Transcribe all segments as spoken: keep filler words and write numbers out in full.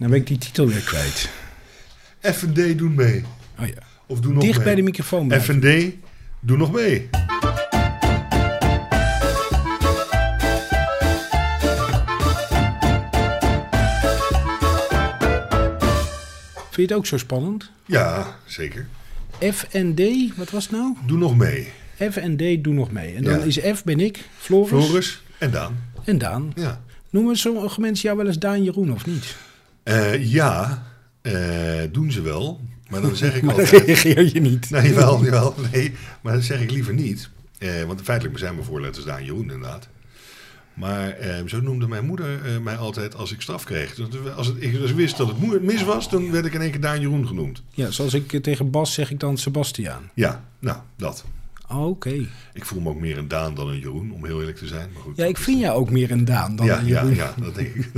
Nou ben ik die titel weer kwijt. F en D doen mee. Oh ja. Of doe nog Dicht mee. bij de microfoon F blijven. en D, doe nog mee. Vind je het ook zo spannend? Ja, zeker. F en D, wat was het nou? Doe nog mee. F en D, doe nog mee. En dan Ja. is F ben ik, Floris, Floris en Daan. en Daan. Ja, Noemen sommige mensen jou wel eens Daan Jeroen of niet? uh, ja uh, doen ze wel. Maar dan zeg ik Maar dan altijd... reageer je niet. Nee, jawel, jawel, nee. Maar dat zeg ik liever niet. Uh, want feitelijk zijn mijn voorletters Daan Jeroen inderdaad. Maar uh, zo noemde mijn moeder uh, mij altijd als ik straf kreeg. Dus als, het, als ik wist dat het moe- mis was, dan werd ik in één keer Daan Jeroen genoemd. Ja, zoals ik tegen Bas zeg ik dan Sebastiaan. Ja, nou, dat. Oh, oké. Okay. Ik voel me ook meer een Daan dan een Jeroen, om heel eerlijk te zijn. Maar goed, ja, ik vind jou ook meer een Daan dan ja, een Jeroen. Ja, ja, dat denk ik.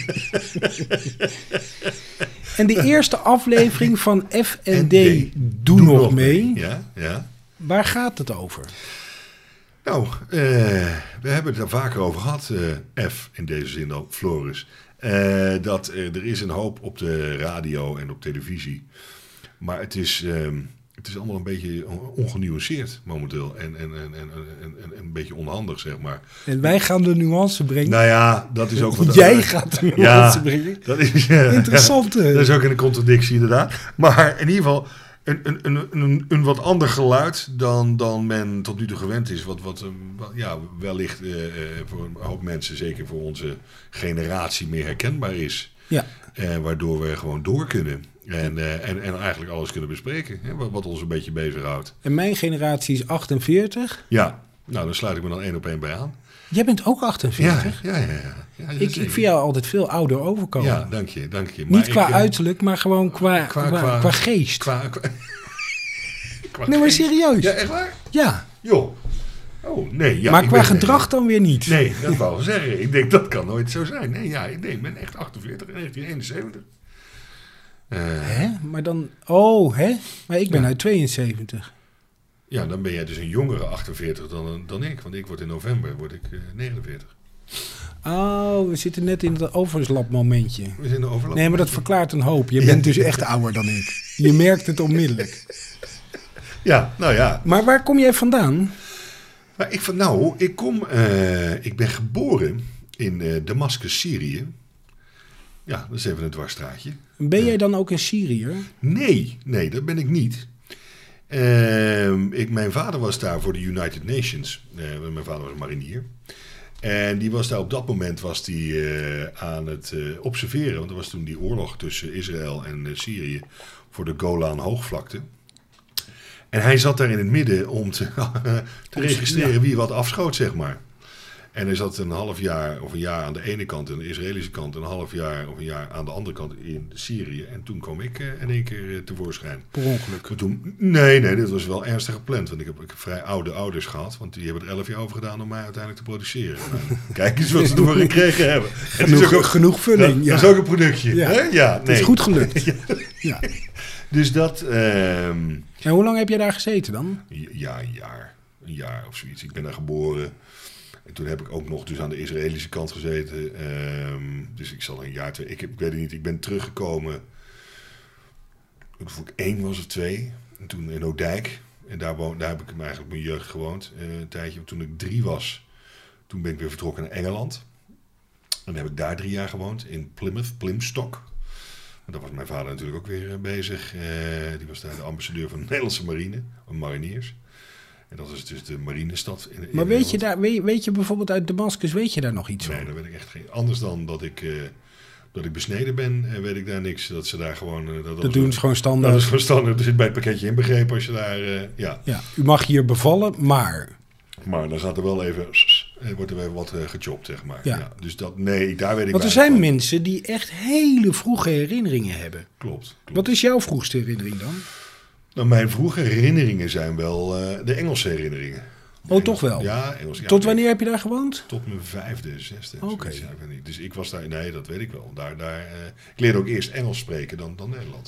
En de eerste aflevering van F en D, Doe, Doe nog, nog mee. mee. Ja, ja. Waar gaat het over? Nou, uh, we hebben het daar vaker over gehad, uh, F, in deze zin ook, Floris. Uh, dat uh, er is een hoop op de radio en op televisie. Maar het is, uh, het is allemaal een beetje ongenuanceerd momenteel. En, en, en, en, en, en een beetje onhandig, zeg maar. En wij gaan de nuance brengen. Nou ja, dat is ook wat... Jij uh, gaat de nuance ja, brengen. Dat is... Uh, Interessant. Uh. Dat is ook een contradictie, inderdaad. Maar in ieder geval... Een, een, een, een, een wat ander geluid dan, dan men tot nu toe gewend is. Wat, wat, wat ja, wellicht uh, voor een hoop mensen, zeker voor onze generatie, meer herkenbaar is. Ja. Uh, waardoor we gewoon door kunnen. En, uh, en, en eigenlijk alles kunnen bespreken. Hè, wat, wat ons een beetje bezighoudt. En mijn generatie is achtenveertig. Ja, nou dan sluit ik me dan één op één bij aan. Jij bent ook achtenveertig? Ja, ja, ja. ja. ja ik, ik vind jou altijd veel ouder overkomen. Ja, dank je, dank je. Maar Niet qua ik, uiterlijk, maar gewoon qua, qua, qua, qua, qua geest. Qua, qua, qua nee, maar serieus. Ja, echt waar? Ja. Joh. Oh, nee. Ja, maar ik qua ben, gedrag dan weer niet. Nee, dat wou ik zeggen. Ik denk, dat kan nooit zo zijn. Nee, ja, nee, ik ben echt achtenveertig, negentien eenenzeventig. Uh, hè? Maar dan... Oh, hè? Maar ik ben ja. uit tweeënzeventig. Ja, dan ben jij dus een jongere achtenveertig dan, dan ik. Want ik word in november word ik uh, negenenveertig. Oh, we zitten net in het overlapmomentje. We zitten in de overlap. Nee, maar dat verklaart een hoop. Je bent ja. dus echt ouder dan ik. Je merkt het onmiddellijk. Ja, nou ja. Maar waar kom jij vandaan? Nou, ik, van, nou, ik kom... Uh, ik ben geboren in uh, Damascus, Syrië. Ja, dat is even een dwarsstraatje. Ben jij dan ook een Syriër? Nee, nee, dat ben ik niet. Uh, ik, mijn vader was daar voor de United Nations. Uh, mijn vader was een marinier. En die was daar op dat moment was die, uh, aan het uh, observeren. Want er was toen die oorlog tussen Israël en uh, Syrië voor de Golan hoogvlakte. En hij zat daar in het midden om te, te registreren ja. wie wat afschoot, zeg maar. En hij zat een half jaar of een jaar aan de ene kant, aan de Israëlische kant, en een half jaar of een jaar aan de andere kant in Syrië. En toen kwam ik uh, in één keer uh, tevoorschijn. Per ongeluk? Toen, nee, nee, dit was wel ernstig gepland. Want ik heb, ik heb vrij oude ouders gehad, want die hebben er elf jaar over gedaan om mij uiteindelijk te produceren. Nou, kijk eens wat ze ervoor gekregen hebben. Genoeg, het is ook, genoeg vulling. Dat, ja. dat is ook een productje. Ja, hè? Ja nee. Het is goed gelukt. ja. Ja. Dus dat... Um, en hoe lang heb jij daar gezeten dan? Ja, een jaar. Een jaar of zoiets. Ik ben daar geboren. En toen heb ik ook nog dus aan de Israëlische kant gezeten. Um, dus ik zal een jaar... Twee, ik, heb, ik weet het niet. Ik ben teruggekomen... Ik vond ik één was of twee. En toen in Oudijk. En daar, woon, daar heb ik eigenlijk mijn jeugd gewoond. Uh, een tijdje. Toen ik drie was... Toen ben ik weer vertrokken naar Engeland. En dan heb ik daar drie jaar gewoond. In Plymouth. Plymstock. En daar was mijn vader natuurlijk ook weer uh, bezig. Uh, die was daar de ambassadeur van de Nederlandse marine. Mariniers. En dat is dus de marinestad. In, in maar weet je, daar, weet, weet je bijvoorbeeld uit Damascus, weet je daar nog iets nee, van? Nee, daar weet ik echt geen... Anders dan dat ik, uh, dat ik besneden ben, uh, weet ik daar niks. Dat ze daar gewoon... Uh, dat dat dat doen ze gewoon standaard. Dat is gewoon standaard. Er zit bij het pakketje inbegrepen als je daar... Uh, ja. ja, u mag hier bevallen, maar... Maar dan gaat er wel even... Er wordt er even wat uh, gechopt, zeg maar. Ja. Ja, dus dat... Nee, daar weet ik... Want er zijn van. mensen die echt hele vroege herinneringen hebben. Klopt, klopt. Wat is jouw vroegste herinnering dan? Nou, mijn vroege herinneringen zijn wel uh, de Engelse herinneringen. Oh, Engels, toch wel? Ja, Engels. Ja, tot wanneer heb je daar gewoond? Tot mijn vijfde, zesde. Oké. Okay. Dus ik was daar... Nee, dat weet ik wel. Daar, daar, uh, ik leerde ook eerst Engels spreken dan, dan Nederlands.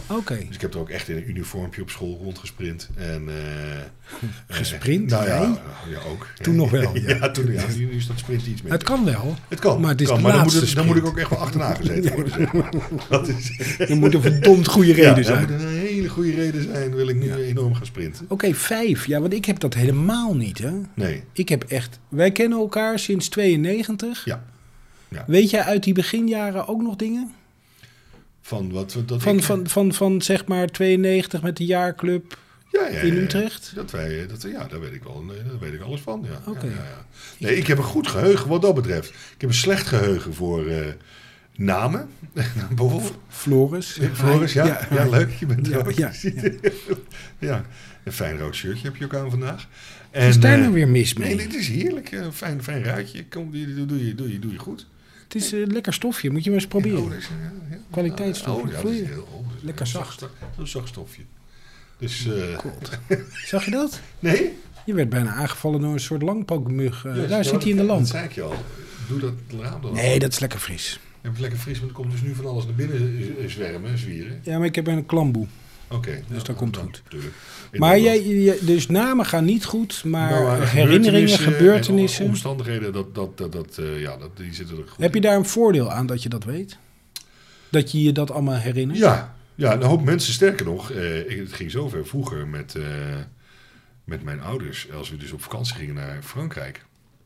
Oké. Okay. Dus ik heb er ook echt in een uniformpje op school rondgesprint. En, uh, Gesprint? Uh, nou ja, nee? ja, ook. Toen nog wel. Ja, ja toen ja, nu is dat sprint iets meer. Het kan wel. Het kan. Maar, het is kan, de maar dan, moet het, het, dan moet ik ook echt wel achterna gezeten worden. Zeg maar. Dat is... Er moet een verdomd goede reden ja, zijn. Er moet een hele goede reden zijn, wil ik nu ja. enorm gaan sprinten. Oké, okay, vijf. Ja, want ik heb dat helemaal niet, hè? Nee. Ik heb echt... Wij kennen elkaar sinds tweeënnegentig. Ja. ja. Weet jij uit die beginjaren ook nog dingen? Van wat? Dat van, ik... van, van, van zeg maar tweeënnegentig met de jaarclub ja, ja, in ja, Utrecht? Dat wij, dat, ja, daar weet ik wel. Daar weet ik alles van. Ja. Okay. Ja, ja, ja. Nee, ik heb een goed geheugen wat dat betreft. Ik heb een slecht geheugen voor uh, namen. Bijvoorbeeld. Floris. Floris, ja. Ja, ja, leuk. Je bent ja, er ook. Ja, ja. ja, een fijn rood shirtje heb je ook aan vandaag. En, is daar uh, nou weer mis mee? Nee, dit is heerlijk. Een fijn, fijn ruitje. Kom, doe, doe, doe, je, doe, je, doe je goed. Het is een uh, lekker stofje. Moet je maar eens proberen. Ja, oh, is, ja, ja. Kwaliteitsstofje. Oh, ja, Voel je? is heel, oh, lekker een zacht. zacht. Een zacht stofje. Dus, uh... Zag je dat? Nee? Je werd bijna aangevallen door een soort langpookmug. Uh, yes, daar ja, zit hij in de lamp. Dat zei ik je al. Doe dat raam dan. Nee, dat is lekker fris. Ja, het is lekker fris, want er komt dus nu van alles naar binnen zwermen, zwieren. Ja, maar ik heb een klamboe. Oké. Okay, dus ja, dat komt dan, goed. Tuurlijk. Maar jij, jij, dus namen gaan niet goed, maar nou, herinneringen, gebeurtenissen. En omstandigheden, dat, dat, dat, dat, uh, ja, dat, die zitten er goed Heb je in. daar een voordeel aan dat je dat weet? Dat je je dat allemaal herinnert? Ja, ja een hoop mensen, sterker nog. Uh, ik, het ging zover vroeger met, uh, met mijn ouders, als we dus op vakantie gingen naar Frankrijk.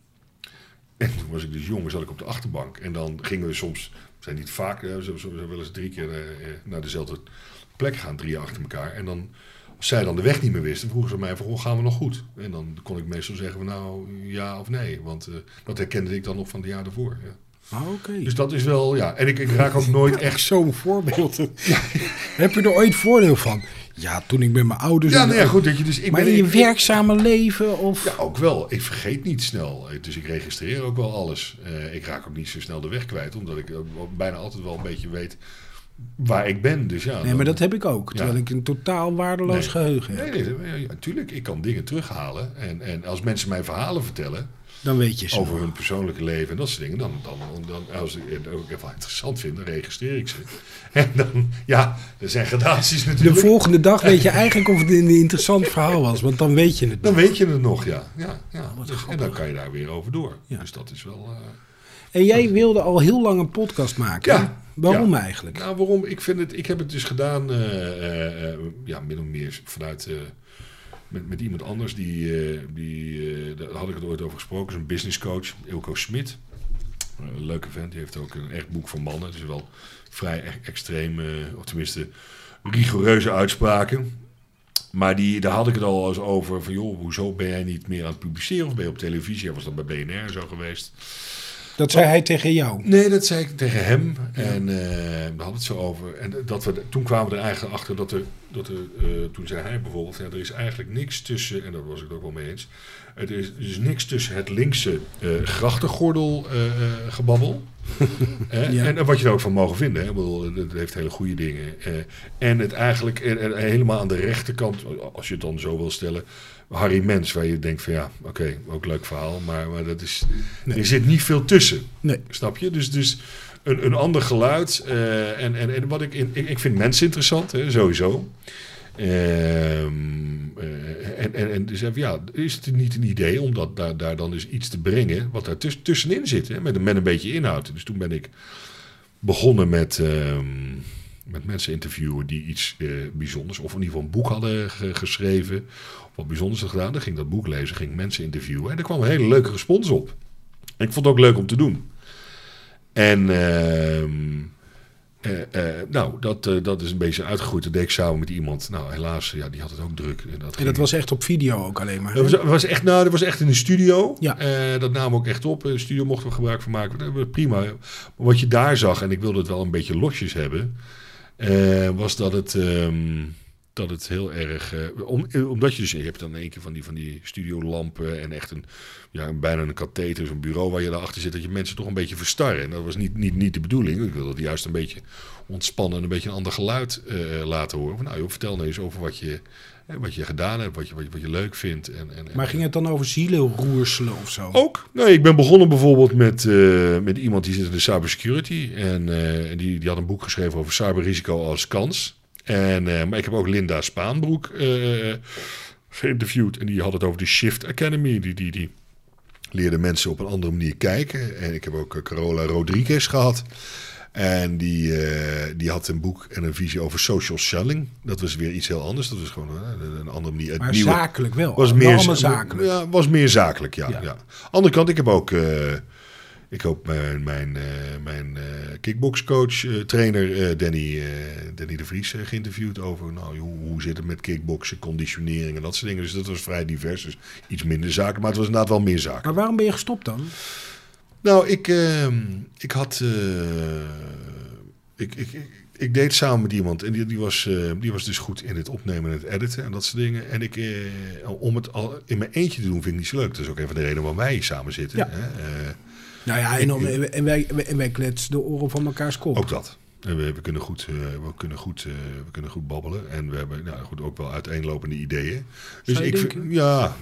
En toen was ik dus jong, zat ik op de achterbank. En dan gingen we soms, we zijn niet vaak, we zijn wel eens drie keer naar, naar dezelfde plek gaan, drie achter elkaar. En dan, als zij dan de weg niet meer wisten, vroegen ze mij van, oh, gaan we nog goed? En dan kon ik meestal zeggen van, nou, ja of nee. Want uh, dat herkende ik dan nog van het jaar daarvoor. Ja. Ah, oké. Okay. Dus dat is wel, ja. En ik, ik raak ook nooit echt... Zo'n voorbeeld. Heb je er ooit voordeel van? Ja, toen ik met mijn ouders... Ja, nou ja, goed. Dat je dus, ik maar ben, in je ik, werkzame leven of... Ja, ook wel. Ik vergeet niet snel. Dus ik registreer ook wel alles. Uh, ik raak ook niet zo snel de weg kwijt. Omdat ik uh, bijna altijd wel een beetje weet waar ik ben. Dus ja, nee, dan, maar dat heb ik ook. Terwijl ja. ik een totaal waardeloos nee. geheugen heb. Nee, nee, ja, tuurlijk. Ik kan dingen terughalen. En, en als mensen mij verhalen vertellen... Dan weet je ze. Over hun persoonlijke leven en dat soort dingen. Dan, dan, dan, als ik het ook even interessant vind, dan registreer ik ze. En dan, ja, er zijn gradaties natuurlijk. De volgende dag weet je eigenlijk of het een interessant verhaal was. Want dan weet je het Dan nog. weet je het nog, ja. ja, ja. Oh, dus, en dan kan je daar weer over door. Ja. Dus dat is wel... Uh... En jij wilde al heel lang een podcast maken. Ja. Waarom ja. eigenlijk? Nou, waarom? Ik, vind het, ik heb het dus gedaan, uh, uh, uh, ja, min of meer vanuit... Uh, Met, met iemand anders, die, uh, die uh, daar had ik het ooit over gesproken, is een business coach, Ilko Smit. Uh, een leuke vent, die heeft ook een echt boek van mannen. Het is wel vrij e- extreem, uh, of tenminste rigoureuze uitspraken. Maar die, daar had ik het al eens over, van joh, hoezo ben jij niet meer aan het publiceren? Of ben je op televisie? Hij was dan bij B N R en zo geweest. Dat zei hij tegen jou? Nee, dat zei ik tegen hem. Ja. En uh, we hadden het zo over. En dat we, toen kwamen we er eigenlijk achter dat er... Dat er uh, toen zei hij bijvoorbeeld... Ja, er is eigenlijk niks tussen... En daar was ik het ook wel mee eens. Er is, er is niks tussen het linkse uh, grachtengordel uh, uh, gebabbel. eh, ja. En, en wat je er ook van mogen vinden. Hè? Ik bedoel, het heeft hele goede dingen. Uh, en het eigenlijk uh, uh, helemaal aan de rechterkant... Als je het dan zo wil stellen... Harry Mens, waar je denkt van ja, oké, okay, ook leuk verhaal, maar, maar dat is, nee. Er zit niet veel tussen, nee. Snap je? Dus, dus een, een ander geluid uh, en, en, en wat ik, in, ik, ik vind mensen interessant, hè, sowieso. Uh, uh, en, en, en dus ja, is het niet een idee om dat, daar, daar dan dus iets te brengen wat daar tuss- tussenin zit, hè, met, met een beetje inhoud. Dus toen ben ik begonnen met... Uh, met mensen interviewen die iets uh, bijzonders... of in ieder geval een boek hadden ge- geschreven... of wat bijzonders hadden gedaan. Dan ging dat boek lezen, ging mensen interviewen... en er kwam een hele leuke respons op. En ik vond het ook leuk om te doen. En uh, uh, uh, nou, dat, uh, dat is een beetje uitgegroeid. Dat deed ik samen met iemand. Nou, helaas, ja, die had het ook druk. En dat, en dat was echt op video ook alleen maar? Dat was, was echt, nou, dat was echt in een studio. Ja. Uh, dat namen we ook echt op. In de studio mochten we gebruik van maken. Dat was prima. Maar wat je daar zag, en ik wilde het wel een beetje losjes hebben... Uh, was dat het, um, dat het heel erg... Uh, om, omdat je dus... Je hebt dan een keer van die, van die studiolampen... en echt een, ja, een, bijna een katheter, zo'n bureau waar je daarachter zit... dat je mensen toch een beetje verstarren. En dat was niet, niet, niet de bedoeling. Ik wilde het juist een beetje ontspannen... en een beetje een ander geluid uh, laten horen. Van, nou joh, vertel nou eens over wat je, hè, wat je gedaan hebt... wat je, wat je, wat je leuk vindt. En, en, maar ging het dan over zielenroerselen of zo? Ook. Nee, ik ben begonnen bijvoorbeeld met, uh, met iemand die zit in de cybersecurity. En uh, die, die had een boek geschreven over cyberrisico als kans. En, uh, maar ik heb ook Linda Spaanbroek uh, geïnterviewd. En die had het over de Shift Academy. Die, die, die leerde mensen op een andere manier kijken. En ik heb ook uh, Carola Rodriguez gehad. En die, uh, die had een boek en een visie over social selling. Dat was weer iets heel anders. Dat was gewoon uh, een andere manier. Maar nieuwe, zakelijk wel. Was meer, meer allemaal zakelijk. Ja, was meer zakelijk, ja. ja. ja. Andere kant, ik heb ook... Uh, ik heb mijn, mijn, uh, mijn uh, kickboxcoach, uh, trainer uh, Danny, uh, Danny de Vries uh, geïnterviewd over nou, hoe, hoe zit het met kickboksen, conditionering en dat soort dingen. Dus dat was vrij divers. Dus iets minder zakelijk, maar het was inderdaad wel meer zakelijk. Maar waarom ben je gestopt dan? Nou, ik, uh, ik had... Uh, ik, ik, ik, ik deed samen met iemand en die, die, was, uh, die was dus goed in het opnemen en het editen en dat soort dingen. En ik, uh, om het al in mijn eentje te doen vind ik niet zo leuk. Dat is ook een van de redenen waarom wij hier samen zitten. Ja. Hè? Uh, nou ja, en, om, en, wij, en wij kletsen de oren van mekaars kop. Ook dat. En we, we, kunnen goed, uh, we, kunnen goed, uh, we kunnen goed babbelen. En we hebben nou, goed, ook wel uiteenlopende ideeën. Dus Zou je ik denken? vind, ja.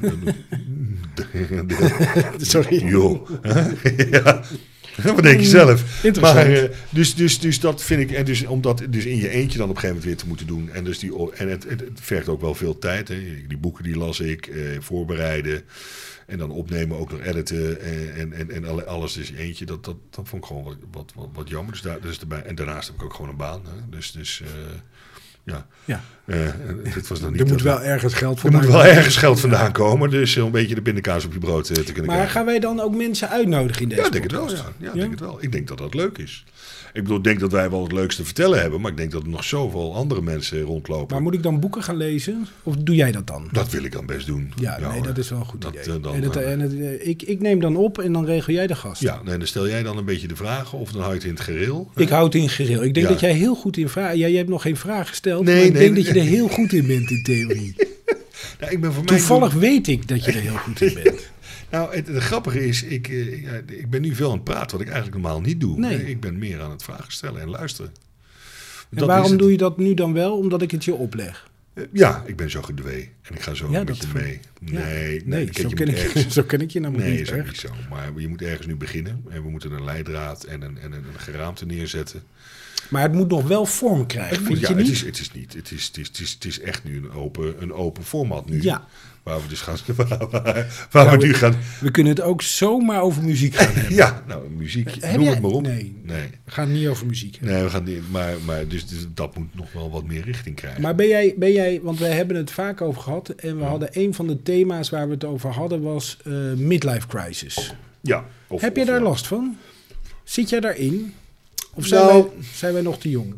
Sorry. Joh. ja. Wat denk je zelf? Interessant. Maar, uh, dus, dus, dus dat vind ik. En dus om dat dus in je eentje dan op een gegeven moment weer te moeten doen. En, dus die, en het, het, het vergt ook wel veel tijd. Hè. Die boeken die las ik, uh, voorbereiden. En dan opnemen, ook nog editen en, en, en alles dus eentje. Dat, dat, dat vond ik gewoon wat, wat, wat, wat jammer. Dus daar, dus erbij. En daarnaast heb ik ook gewoon een baan. Hè. Dus, dus uh, ja. ja. Uh, het was dan niet er moet wel we, ergens geld vandaan vandaan Er moet wel ergens geld vandaan komen. Dus een beetje de pindakaas op je brood uh, te kunnen maar krijgen. Gaan wij dan ook mensen uitnodigen in deze ja, denk het podcast? wel, ja, ja, ja? denk het wel. Ik denk dat dat leuk is. Ik bedoel, ik denk dat wij wel het leukste vertellen hebben. Maar ik denk dat er nog zoveel andere mensen rondlopen. Maar moet ik dan boeken gaan lezen? Of doe jij dat dan? Dat wil ik dan best doen. Ja, ja nee, hoor. dat is wel een goed dat, idee. Uh, dan, en het, uh, en het, uh, ik, ik neem dan op en dan regel jij de gast. Ja, nee, dan stel jij dan een beetje de vragen. Of dan hou je het in het gereel. Ik houd het in gereel. Ik denk ja. dat jij heel goed in vragen... Ja, jij hebt nog geen vraag gesteld. Nee, maar ik nee, denk nee, dat je er nee. heel goed in bent in theorie. Nou, ik ben voor Toevallig mij... weet ik dat je er heel goed in bent. Nou, het, het grappige is, ik, uh, ja, ik ben nu veel aan het praten, wat ik eigenlijk normaal niet doe. Nee. Ik ben meer aan het vragen stellen en luisteren. En Dat waarom doe doe je dat nu dan wel? Omdat ik het je opleg. Uh, ja, ik ben zo gedwee. En ik ga zo Ja, een dat beetje voel- mee. Ja. Nee, nee, Nee, kijk, zo, je ken moet ik, ergens... zo ken ik je namelijk Nee, niet. is ook Echt. niet zo. Maar je moet ergens nu beginnen. En we moeten een leidraad en een, en een, een geraamte neerzetten. Maar het moet nog wel vorm krijgen, Het, vind moet, je ja, niet? het, is, het is niet. Het is, het is, het is, het is echt nu een open, een open format nu. Ja. Waar we dus gaan... Waar, waar, waar Ja, we we- nu gaan... We kunnen het ook zomaar over muziek gaan hebben. Ja, nou, muziek. Heb Noem jij- het maar op. Nee. Nee. We gaan het niet over muziek hebben. Nee, we gaan niet. Maar, maar dus, dus dat moet nog wel wat meer richting krijgen. Maar ben jij, ben jij, want wij hebben het vaak over gehad. En we hadden een van de thema's waar we het over hadden was uh, midlife crisis. ja. Of, Heb je of, daar ja. last van? Zit jij daarin? Of zijn, Nou- wij, zijn wij nog te jong?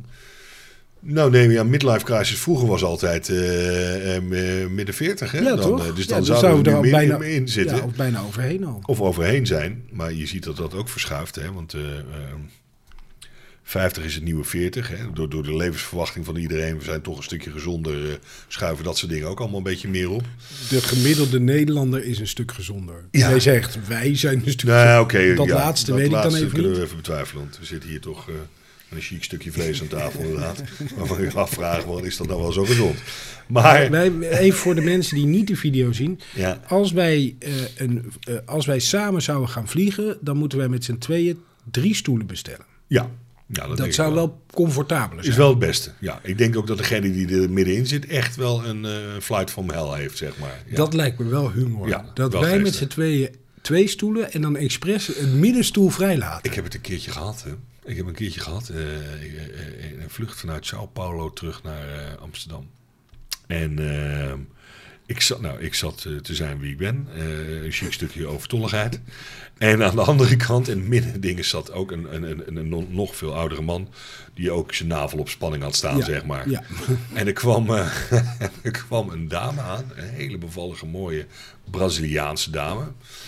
Nou nee, maar ja, midlife crisis vroeger was altijd uh, uh, midden veertig. Hè? Ja, dan, toch? uh, dus Ja, dan dan zouden we zouden er we nu er al meer bijna- in zitten. Ja, of bijna overheen al. Of overheen zijn. Maar je ziet dat dat ook verschuift. Hè? Want uh, uh, vijftig is het nieuwe veertig. Hè? Door, door de levensverwachting van iedereen. We zijn toch een stukje gezonder. Uh, schuiven dat soort dingen ook allemaal een beetje meer op. De gemiddelde Nederlander is een stuk gezonder. Ja. Jij zegt, wij zijn een stuk Nou, gezonder. oké. Dat ja, laatste dat weet ik dan laatste even kunnen niet. we even betwijfelen. Want we zitten hier toch uh, met een chic stukje vlees aan tafel inderdaad. Waarvan je afvraagt, wat is dat nou wel zo gezond? Maar... Wij, even voor de mensen die niet de video zien. Ja. Als wij, uh, een, uh, als wij samen zouden gaan vliegen, dan moeten wij met z'n tweeën drie stoelen bestellen. Ja. Ja, dat Dat, denk ik zou wel comfortabeler zijn. Is wel het beste. Ja, ik denk ook dat degene die er middenin zit echt wel een uh, flight from hell heeft, zeg maar. Ja. Dat lijkt me wel humor. Ja, dat wel wij met geestig. z'n tweeën twee stoelen en dan expres een middenstoel vrijlaten. Ik heb het een keertje gehad, hè. Ik heb een keertje gehad, uh, uh, uh, een vlucht vanuit Sao Paulo terug naar uh, Amsterdam. En uh, ik zat, nou, ik zat uh, te zijn wie ik ben. Uh, een chic stukje overtolligheid. En aan de andere kant, in het midden dingen, zat ook een, een, een, een nog veel oudere man. Die ook zijn navel op spanning had staan, Ja, zeg maar. ja. En er kwam, uh, er kwam een dame aan. Een hele bevallige, mooie Braziliaanse dame.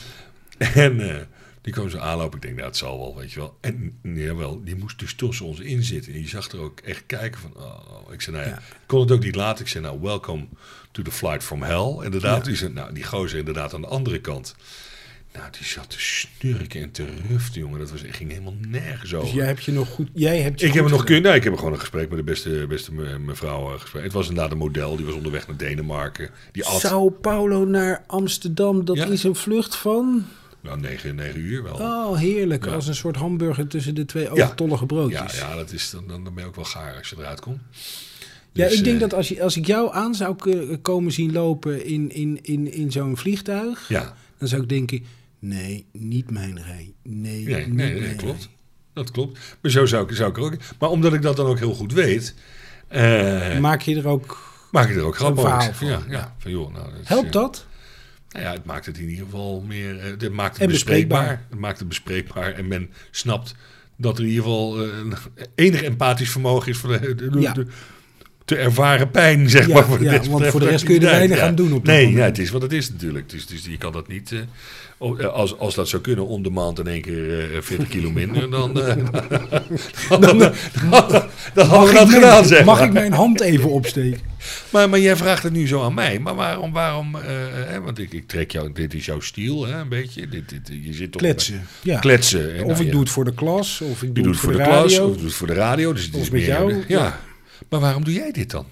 En uh, die kwam zo aanlopen. Ik denk, nou, het zal wel, weet je wel. En jawel, die moest dus tussen ons in zitten. En je zag er ook echt kijken van... Oh, ik zei, nou ja, Ja. ik kon het ook niet laten. Ik zei, nou, welcome to the flight from hell. Inderdaad. Ja. Die, zei, nou, die gozer inderdaad aan de andere kant. Nou, die zat te snurken en te ruften, jongen. Dat was, ging helemaal nergens over. Dus jij hebt je nog goed... Jij hebt je Ik goed heb, er nog gedaan. kun, nou, ik heb gewoon een gesprek met de beste, beste me- mevrouw uh, gesprek. Het was inderdaad een model, die was onderweg naar Denemarken. Die at, Sao Paulo naar Amsterdam, dat Ja. is een vlucht van... nou, negen, negen uur wel. Oh, heerlijk. Ja. Als een soort hamburger tussen de twee overtollige broodjes. Ja, ja, dat is, dan, dan ben je ook wel gaar als je eruit komt. Ja, Dus, ik denk uh, dat als, je, als ik jou aan zou k- komen zien lopen in, in, in, in zo'n vliegtuig... Ja. dan zou ik denken, nee, niet mijn rij. Nee, Nee, niet nee, nee, mijn klopt. rij. Dat klopt. Maar zo zou ik, zou ik er ook... Maar omdat ik dat dan ook heel goed weet... Uh, Maak je er ook... maak je er ook grappig een over. verhaal van. Ja, ja. Van, joh, nou, dat is, Helpt uh, dat? Nou ja, het maakt het in ieder geval meer... Uh, het maakt het En bespreekbaar. bespreekbaar. Het maakt het bespreekbaar. En men snapt dat er in ieder geval... Uh, enig empathisch vermogen is voor de... de, de, Ja. de te ervaren pijn, zeg Ja, maar. Voor de ja, want voor de rest kun je er activiteit. weinig Ja. aan doen op dat Nee, moment. ja, het is wat het is natuurlijk. Dus, dus je kan dat niet... Uh, oh, uh, als, als dat zou kunnen, on demand in één keer uh, veertig kilo minder, dan... Uh, dan, dan, dan, dan, dan hadden we dat ik gedaan, mijn, zeg mag maar. ik mijn hand even opsteken? Maar, maar jij vraagt het nu zo aan mij. Maar waarom... waarom uh, hè, want ik, ik trek jou... Dit is jouw stijl, hè, een beetje. Dit, dit, je zit toch Kletsen. Ja. Kletsen. En Of nou, ik ja. doe het voor de klas, of ik Je doe doet het voor de, de klas, radio. of je doet het voor de radio. Dus het Of is met meer, jou, Ja. ja. Maar waarom doe jij dit dan?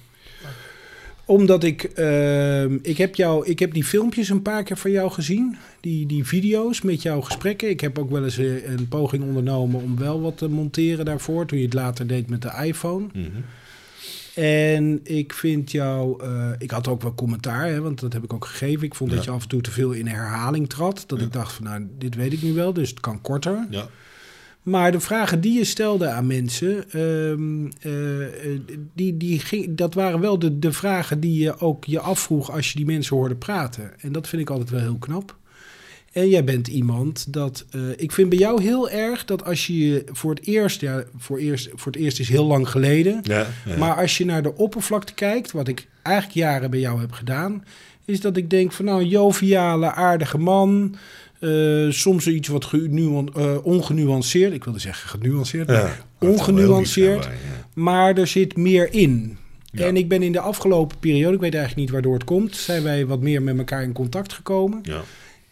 Omdat ik, uh, ik heb jou, ik heb die filmpjes een paar keer van jou gezien. Die, die video's met jouw gesprekken. Ik heb ook wel eens een poging ondernomen om wel wat te monteren daarvoor. Toen je het later deed met de iPhone. Mm-hmm. En ik vind jou... Uh, ik had ook wel commentaar, hè, want dat heb ik ook gegeven. Ik vond Ja. dat je af en toe te veel in herhaling trad. Dat Ja. ik dacht van, nou, dit weet ik nu wel, dus het kan korter. Ja. Maar de vragen die je stelde aan mensen, um, uh, die, die ging, dat waren wel de, de vragen die je ook je afvroeg als je die mensen hoorde praten. En dat vind ik altijd wel heel knap. En jij bent iemand dat... Uh, ik vind bij jou heel erg dat als je je voor het eerst... Ja, voor, eerst, voor het eerst is heel lang geleden. Ja, ja. Maar als je naar de oppervlakte kijkt, wat ik eigenlijk jaren bij jou heb gedaan, is dat ik denk van nou, een joviale, aardige man... Uh, soms iets wat genuan, uh, ongenuanceerd. Ik wilde zeggen genuanceerd, Ja, maar ongenuanceerd. Bij, ja. Maar er zit meer in. Ja. En ik ben in de afgelopen periode, ik weet eigenlijk niet waardoor het komt, zijn wij wat meer met elkaar in contact gekomen. Ja.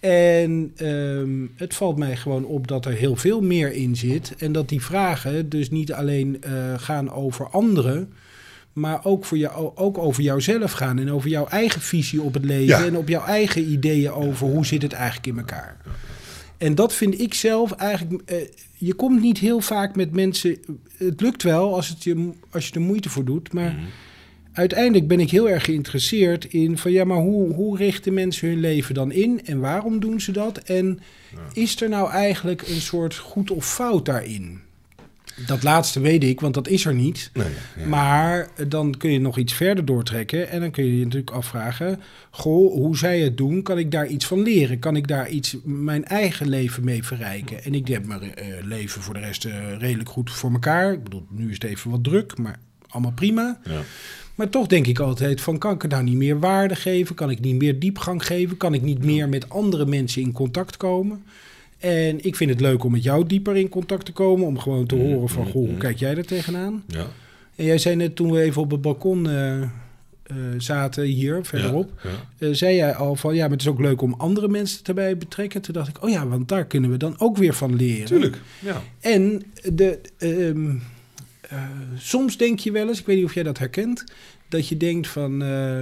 En um, het valt mij gewoon op dat er heel veel meer in zit. En dat die vragen dus niet alleen uh, gaan over anderen, maar ook, voor jou, ook over jouzelf gaan. En over jouw eigen visie op het leven. Ja. En op jouw eigen ideeën over hoe zit het eigenlijk in elkaar. En dat vind ik zelf eigenlijk... Uh, je komt niet heel vaak met mensen... Het lukt wel als, het je, als je er moeite voor doet. Maar mm. uiteindelijk ben ik heel erg geïnteresseerd in... van ja, maar hoe, hoe richten mensen hun leven dan in? En waarom doen ze dat? En ja. is er nou eigenlijk een soort goed of fout daarin? Dat laatste weet ik, want dat is er niet. Nee, ja. Maar dan kun je nog iets verder doortrekken. En dan kun je je natuurlijk afvragen... Goh, hoe zij het doen, kan ik daar iets van leren? Kan ik daar iets mijn eigen leven mee verrijken? En ik heb mijn uh, leven voor de rest uh, redelijk goed voor elkaar. Ik bedoel, nu is het even wat druk, maar allemaal prima. Ja. Maar toch denk ik altijd van... kan ik er nou niet meer waarde geven? Kan ik niet meer diepgang geven? Kan ik niet meer met andere mensen in contact komen? En ik vind het leuk om met jou dieper in contact te komen... om gewoon te horen van, goh, hoe kijk jij er tegenaan? Ja. En jij zei net, toen we even op het balkon uh, uh, zaten hier, verderop... Ja, ja. Uh, zei jij al van, ja, maar het is ook leuk om andere mensen erbij te betrekken. Toen dacht ik, oh ja, want daar kunnen we dan ook weer van leren. Tuurlijk, ja. En de, um, uh, soms denk je wel eens, ik weet niet of jij dat herkent... dat je denkt van... Uh,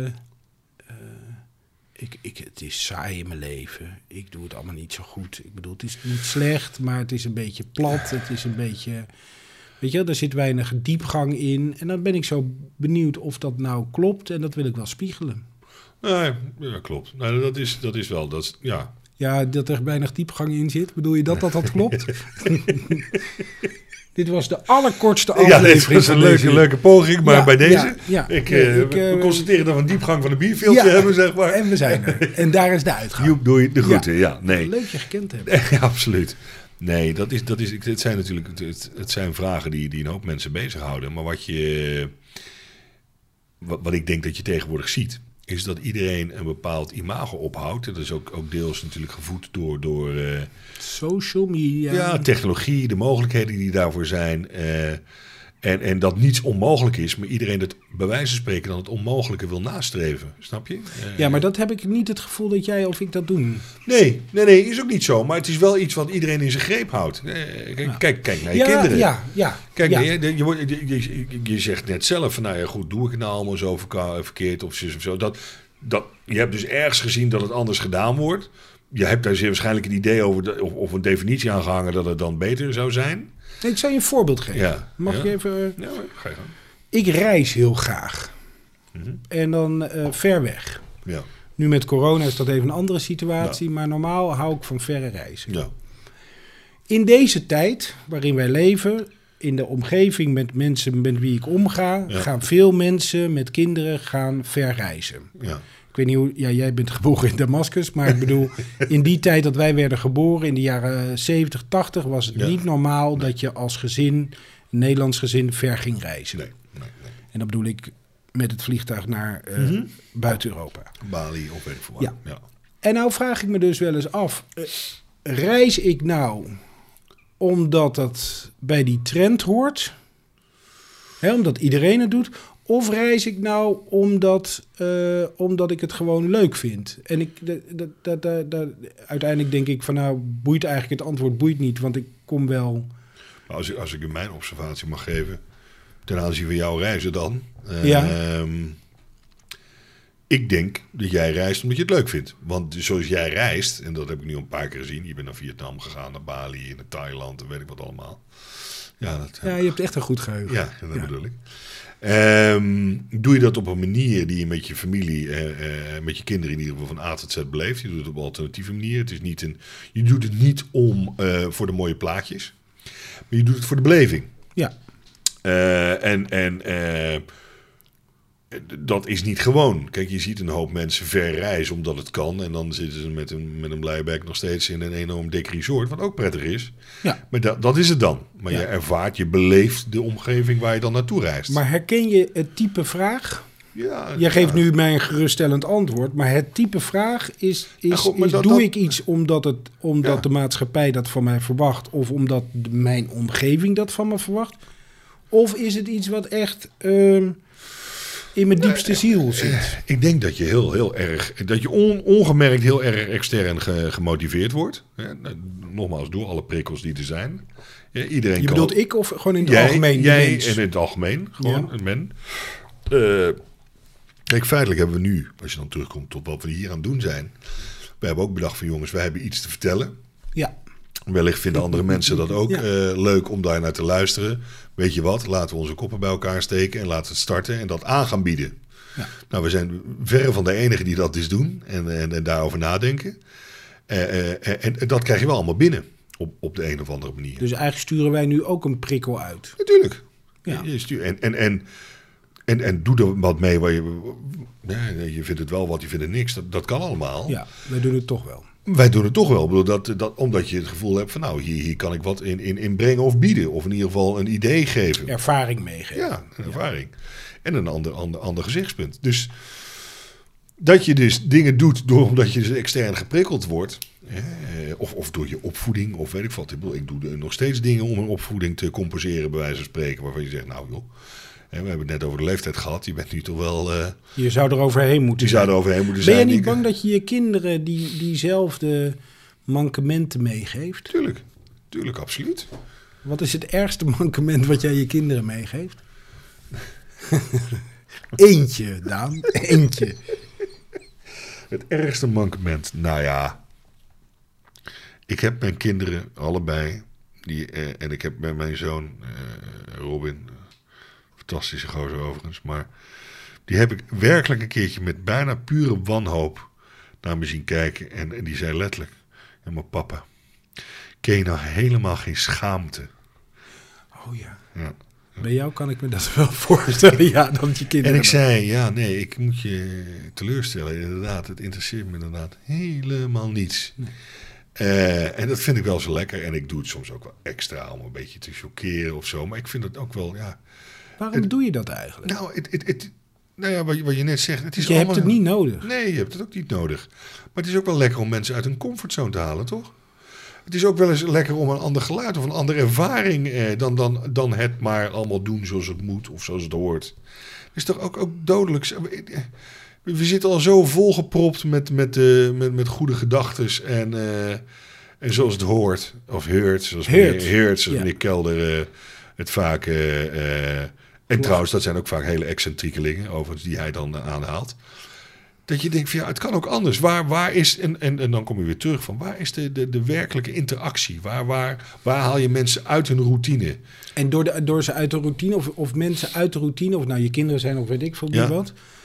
Ik, ik, het is saai in mijn leven. Ik doe het allemaal niet zo goed. Ik bedoel, het is niet slecht, maar het is een beetje plat. Het is een beetje... Weet je, er zit weinig diepgang in. En dan ben ik zo benieuwd of dat nou klopt. En dat wil ik wel spiegelen. Nee, ja, klopt. Nou, dat, is, dat is wel... Dat is, ja. ja, dat er weinig diepgang in zit. Bedoel je dat dat, dat klopt? Dit was de allerkortste aflevering. Ja, dit was een leuke, leuke poging, maar ja, bij deze... Ja, ja. Ik, nee, uh, ik, uh, we constateren dat we een diepgang van de bierveeltje ja, hebben, zeg maar. En we zijn er. En daar is de uitgang. Joep, doe je de groeten, ja. ja nee. Leuk je gekend hebben. Ja, absoluut. Nee, dat is, dat is, het zijn natuurlijk het, het zijn vragen die, die een hoop mensen bezighouden. Maar wat, je, wat, wat ik denk dat je tegenwoordig ziet... is dat iedereen een bepaald imago ophoudt. Dat is ook, ook deels natuurlijk gevoed door... door uh, social media. Ja, technologie, de mogelijkheden die daarvoor zijn. Uh, en, en dat niets onmogelijk is, maar iedereen het bij wijze van spreken dan het onmogelijke wil nastreven. Snap je? Uh, ja, maar dat heb ik niet het gevoel dat jij of ik dat doen. Nee, nee, nee, is ook niet zo. Maar het is wel iets wat iedereen in zijn greep houdt. Uh, kijk, ja. kijk, kijk naar je ja, kinderen. Ja, ja. Kijk, ja. Je, je, je, je, je zegt net zelf van, nou ja, goed, doe ik het nou allemaal zo verkeerd of zus of zo. Dat, dat, je hebt dus ergens gezien dat het anders gedaan wordt. Je hebt daar zeer waarschijnlijk een idee over de, of, of een definitie aan gehangen dat het dan beter zou zijn. Nee, ik zou je een voorbeeld geven. Ja, Mag ja. ik even... Ja, ga je gang. Ik reis heel graag. Mm-hmm. En dan uh, ver weg. Ja. Nu met corona is dat even een andere situatie. Ja. Maar normaal hou ik van verre reizen. Ja. In deze tijd waarin wij leven, in de omgeving met mensen met wie ik omga, ja. gaan veel mensen met kinderen gaan ver reizen. Ja. Ik weet niet hoe, ja, jij bent geboren in Damascus, maar ik bedoel, in die tijd dat wij werden geboren, in de jaren zeventig, tachtig, was het ja. niet normaal nee. dat je als gezin, een Nederlands gezin, ver ging reizen. Nee. Nee, nee. En dat bedoel ik met het vliegtuig naar uh, mm-hmm. buiten Europa. Bali of weet ik veel wat. Ja. Ja. En nou vraag ik me dus wel eens af, uh, reis ik nou omdat dat bij die trend hoort, hè, omdat iedereen het doet, of reis ik nou omdat, uh, omdat ik het gewoon leuk vind? En ik, dat, dat, dat, dat, uiteindelijk denk ik van nou, boeit eigenlijk het antwoord boeit niet, want ik kom wel. Als ik, als ik mijn observatie mag geven, ten aanzien van jouw reizen dan. Ja. Um, ik denk dat jij reist omdat je het leuk vindt. Want zoals jij reist, en dat heb ik nu al een paar keer gezien. Je bent naar Vietnam gegaan, naar Bali, naar Thailand en weet ik wat allemaal. Ja, dat, ja je hebt echt een goed geheugen. Ja, dat ja. bedoel ik. Um, doe je dat op een manier die je met je familie, uh, uh, met je kinderen in ieder geval van A tot Z beleeft. Je doet het op een alternatieve manier. Het is niet een, je doet het niet om uh, voor de mooie plaatjes. Maar je doet het voor de beleving. Ja. Uh, en en uh, dat is niet gewoon. Kijk, je ziet een hoop mensen ver reizen omdat het kan. En dan zitten ze met een, met een blije bek nog steeds in een enorm dik resort. Wat ook prettig is. Ja. Maar dat, dat is het dan. Maar ja. je ervaart, je beleeft de omgeving waar je dan naartoe reist. Maar herken je het type vraag? Ja, Jij geeft ja. nu mij een geruststellend antwoord. Maar het type vraag is, is, ja, goed, is dat, doe dat, ik iets omdat, het, omdat ja. de maatschappij dat van mij verwacht? Of omdat de, mijn omgeving dat van me verwacht? Of is het iets wat echt uh, in mijn diepste ziel zit? Ik denk dat je heel, heel erg, dat je on, ongemerkt heel erg extern ge, gemotiveerd wordt. Ja, nogmaals, door alle prikkels die er zijn. Ja, iedereen je kan, bedoelt ik of gewoon in het jij, algemeen? Jij mens? En in het algemeen, gewoon ja. men. Uh, kijk, feitelijk hebben we nu, als je dan terugkomt tot wat we hier aan het doen zijn. We hebben ook bedacht van jongens, wij hebben iets te vertellen. Ja. Wellicht vinden andere mensen dat ook ja. uh, leuk om daar naar te luisteren. Weet je wat, laten we onze koppen bij elkaar steken en laten we het starten en dat aan gaan bieden. Ja. Nou, we zijn verre van de enigen die dat dus doen en, en, en daarover nadenken. Uh, uh, en, en dat krijg je wel allemaal binnen op, op de een of andere manier. Dus eigenlijk sturen wij nu ook een prikkel uit. Natuurlijk. Ja. Je stuurt, en, en, en, en, en doe er wat mee waar je... Ja, je vindt het wel wat, je vindt het niks. Dat, dat kan allemaal. Ja, wij doen het toch wel. Wij doen het toch wel. Ik bedoel, dat, dat, omdat je het gevoel hebt van nou, hier, hier kan ik wat in, in, in brengen of bieden. Of in ieder geval een idee geven. Ervaring meegeven. Ja, een ervaring. Ja. En een ander, ander, ander gezichtspunt. Dus dat je dus dingen doet door omdat je dus extern geprikkeld wordt. Eh, of, of door je opvoeding of weet ik wat. Ik bedoel, ik doe nog steeds dingen om een opvoeding te compenseren bij wijze van spreken. Waarvan je zegt, nou joh. We hebben het net over de leeftijd gehad. Je bent nu toch wel... Uh, je zou er overheen moeten je zijn. zou er overheen moeten ben zijn. Ben je niet bang dat je je kinderen die, diezelfde mankementen meegeeft? Tuurlijk. Tuurlijk, absoluut. Wat is het ergste mankement wat jij je kinderen meegeeft? Eentje, Daan. Eentje. Het ergste mankement? Nou ja. Ik heb mijn kinderen allebei... Die, uh, en ik heb bij mijn zoon uh, Robin... Fantastische gozer overigens. Maar die heb ik werkelijk een keertje met bijna pure wanhoop naar me zien kijken. En, en die zei letterlijk, ja, maar papa, ken je nou helemaal geen schaamte? Oh ja. ja. Bij jou kan ik me dat wel voorstellen. Ja, dat je kinderen. En ik zei, ja, nee, ik moet je teleurstellen. Inderdaad, het interesseert me inderdaad helemaal niets. Nee. Uh, en dat vind ik wel zo lekker. En ik doe het soms ook wel extra om een beetje te chockeren of zo. Maar ik vind het ook wel, ja... Waarom het, doe je dat eigenlijk? Nou, het, het, het, nou ja, wat, je, wat je net zegt... Het is je allemaal, hebt het niet nodig. Nee, je hebt het ook niet nodig. Maar het is ook wel lekker om mensen uit hun comfortzone te halen, toch? Het is ook wel eens lekker om een ander geluid of een andere ervaring... Eh, dan, dan, dan het maar allemaal doen zoals het moet of zoals het hoort. Het is toch ook, ook dodelijk... We zitten al zo volgepropt met, met, uh, met, met goede gedachtes en, uh, en zoals het hoort. Of heurt, zoals Heert. meneer, Heert, zoals ja. meneer Kelder uh, het vaak... Uh, uh, en trouwens, dat zijn ook vaak hele excentriekelingen, overigens, die hij dan uh, aanhaalt. Dat je denkt van ja, het kan ook anders. Waar, waar is, en, en, en dan kom je weer terug van, waar is de, de, de werkelijke interactie? Waar, waar, waar haal je mensen uit hun routine? En door, de, door ze uit de routine, of, of mensen uit de routine, of nou je kinderen zijn of weet ik veel ja. wat...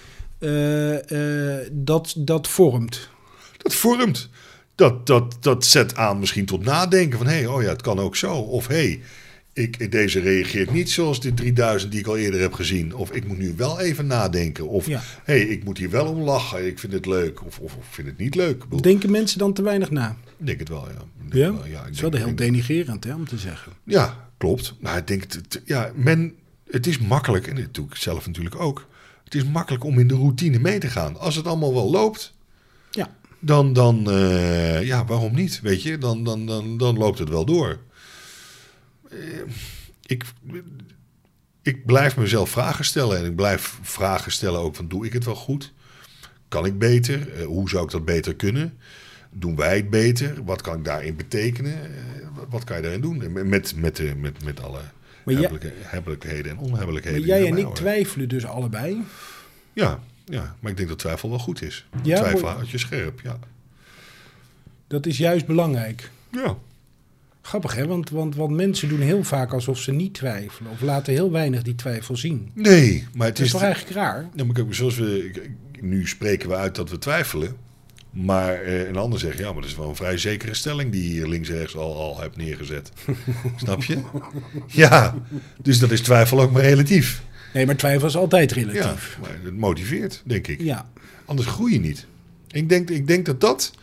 uh, uh, dat, dat vormt. Dat vormt. Dat, dat, dat zet aan misschien tot nadenken van... hé, hey, oh ja, het kan ook zo. Of hé, hey, ik, deze reageert niet zoals de drieduizend die ik al eerder heb gezien. Of ik moet nu wel even nadenken. Of hé, ja. hey, ik moet hier wel om lachen. Ik vind het leuk. Of, of ik vind het niet leuk. Bedoel, denken mensen dan te weinig na? Ik denk het wel, ja. Ik ja? Wel, ja ik het is denk, wel heel denigrerend, hè, om te zeggen. Ja, klopt. Nou, ik denk... Het, ja, men, het is makkelijk, en dat doe ik zelf natuurlijk ook... Het is makkelijk om in de routine mee te gaan. Als het allemaal wel loopt... Ja. Dan, dan uh, ja, waarom niet, weet je? Dan, dan, dan, dan loopt het wel door. Uh, ik, ik blijf mezelf vragen stellen. En ik blijf vragen stellen ook van, doe ik het wel goed? Kan ik beter? Uh, hoe zou ik dat beter kunnen? Doen wij het beter? Wat kan ik daarin betekenen? Uh, wat, wat kan je daarin doen? Met, met, uh, met, met alle hebbelijke, hebbelijkheden en onhebbelijkheden. Maar jij en ik twijfelen dus allebei. Ja. Ja, maar ik denk dat twijfel wel goed is. Ja, twijfel houdt je scherp, ja. Dat is juist belangrijk. Ja. Grappig, hè? Want, want, want mensen doen heel vaak alsof ze niet twijfelen. Of laten heel weinig die twijfel zien. Nee, maar het dat is... is toch eigenlijk raar? Ja, maar kijk, zoals we... Nu spreken we uit dat we twijfelen. Maar eh, een ander zegt, ja, maar dat is wel een vrij zekere stelling... die je hier links en rechts al, al hebt neergezet. Snap je? Ja, dus dat is twijfel ook maar relatief. Nee, maar twijfel is altijd relatief. Ja, maar het motiveert, denk ik. Ja. Anders groei je niet. Ik denk, ik denk dat dat...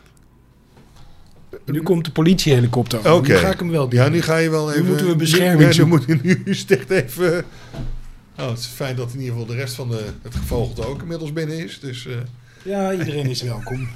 Nu komt de politiehelikopter. Oké. Okay. Nu ga ik hem wel doen. Ja, nu ga je wel even... Nu moeten we bescherming ja, nu moet je nu echt even... Oh, het is fijn dat in ieder geval de rest van de, het gevogelte ook inmiddels binnen is. Dus, uh... Ja, iedereen is welkom.